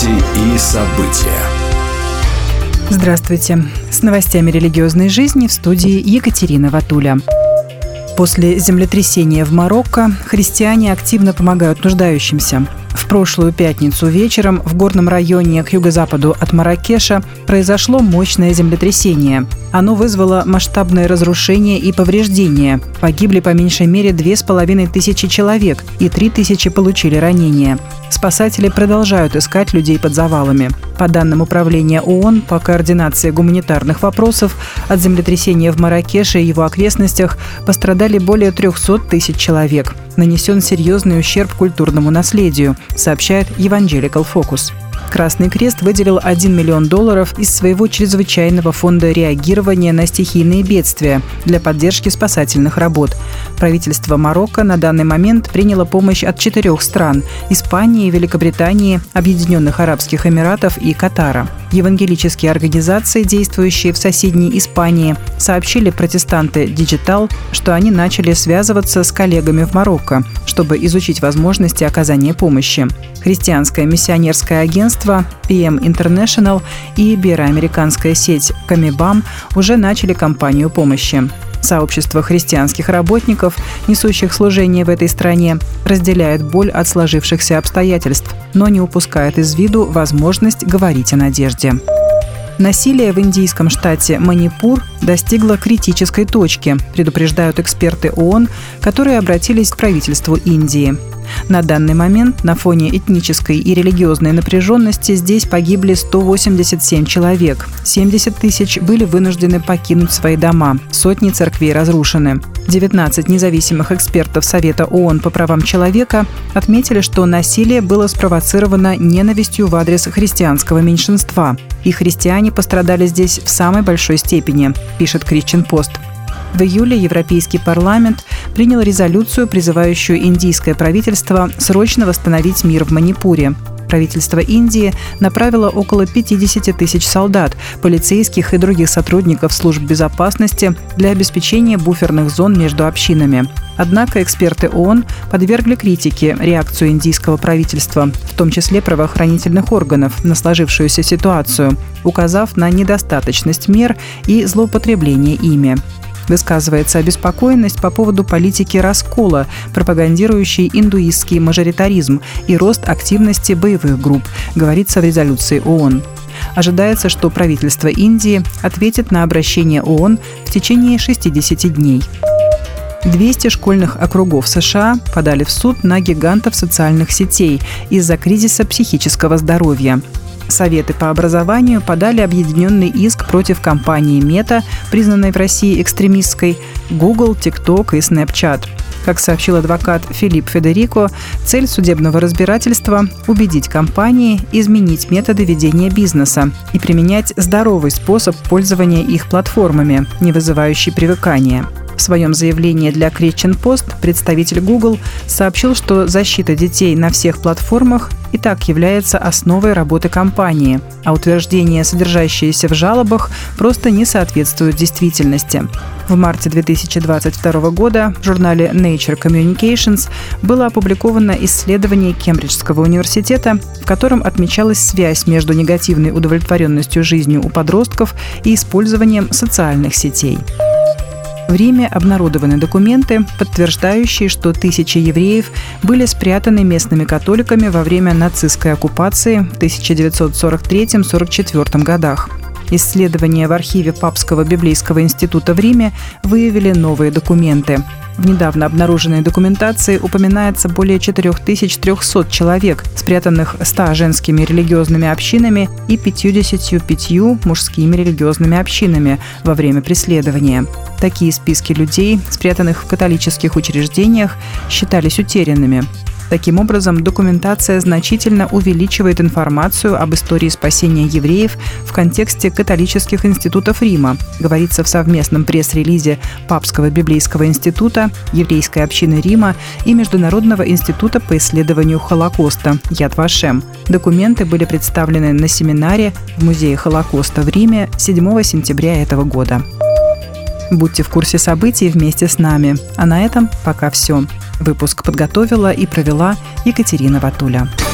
Новости и события. Здравствуйте. С новостями религиозной жизни в студии Екатерина Ватуля. После землетрясения в Марокко христиане активно помогают нуждающимся. В прошлую пятницу вечером в горном районе к юго-западу от Марракеша произошло мощное землетрясение. Оно вызвало масштабное разрушение и повреждения. Погибли по меньшей мере 2500 человек, и 3000 получили ранения. Спасатели продолжают искать людей под завалами. По данным Управления ООН по координации гуманитарных вопросов, от землетрясения в Марракеше и его окрестностях пострадали более 300 тысяч человек. Нанесен серьезный ущерб культурному наследию, сообщает Evangelical Focus. Красный Крест выделил $1 миллион из своего чрезвычайного фонда реагирования на стихийные бедствия для поддержки спасательных работ. Правительство Марокко на данный момент приняло помощь от 4 стран – Испании, Великобритании, Объединенных Арабских Эмиратов и Катара. Евангелические организации, действующие в соседней Испании, сообщили протестанты Digital, что они начали связываться с коллегами в Марокко, чтобы изучить возможности оказания помощи. Христианское миссионерское агентство PM International и иberoамериканская сеть Камибам уже начали кампанию помощи. Сообщество христианских работников, несущих служение в этой стране, разделяет боль от сложившихся обстоятельств, но не упускает из виду возможность говорить о надежде. Насилие в индийском штате Манипур достигло критической точки, предупреждают эксперты ООН, которые обратились к правительству Индии. На данный момент на фоне этнической и религиозной напряженности здесь погибли 187 человек, 70 тысяч были вынуждены покинуть свои дома, сотни церквей разрушены. 19 независимых экспертов Совета ООН по правам человека отметили, что насилие было спровоцировано ненавистью в адрес христианского меньшинства, и христиане пострадали здесь в самой большой степени, пишет Christian Post. В июле Европейский парламент принял резолюцию, призывающую индийское правительство срочно восстановить мир в Манипуре. Правительство Индии направило около 50 тысяч солдат, полицейских и других сотрудников служб безопасности для обеспечения буферных зон между общинами. Однако эксперты ООН подвергли критике реакцию индийского правительства, в том числе правоохранительных органов, на сложившуюся ситуацию, указав на недостаточность мер и злоупотребление ими. Высказывается обеспокоенность по поводу политики раскола, пропагандирующей индуистский мажоритаризм и рост активности боевых групп, говорится в резолюции ООН. Ожидается, что правительство Индии ответит на обращение ООН в течение 60 дней. 200 школьных округов США подали в суд на гигантов социальных сетей из-за кризиса психического здоровья. Советы по образованию подали объединенный иск против компании Meta, признанной в России экстремистской, Google, TikTok и Snapchat. Как сообщил адвокат Филипп Федерико, цель судебного разбирательства – убедить компании изменить методы ведения бизнеса и применять здоровый способ пользования их платформами, не вызывающий привыкания. В своем заявлении для Christian Post представитель Google сообщил, что защита детей на всех платформах и так является основой работы компании, а утверждения, содержащиеся в жалобах, просто не соответствуют действительности. В марте 2022 года в журнале Nature Communications было опубликовано исследование Кембриджского университета, в котором отмечалась связь между негативной удовлетворенностью жизнью у подростков и использованием социальных сетей. В Риме обнародованы документы, подтверждающие, что тысячи евреев были спрятаны местными католиками во время нацистской оккупации в 1943-1944 годах. Исследования в архиве Папского библейского института в Риме выявили новые документы. В недавно обнаруженной документации упоминается более 4300 человек, спрятанных 100 женскими религиозными общинами и 55 мужскими религиозными общинами во время преследования. Такие списки людей, спрятанных в католических учреждениях, считались утерянными. Таким образом, документация значительно увеличивает информацию об истории спасения евреев в контексте католических институтов Рима, говорится в совместном пресс-релизе Папского библейского института, Еврейской общины Рима и Международного института по исследованию Холокоста Яд Вашем. Документы были представлены на семинаре в Музее Холокоста в Риме 7 сентября этого года. Будьте в курсе событий вместе с нами. А на этом пока все. Выпуск подготовила и провела Екатерина Ватуля.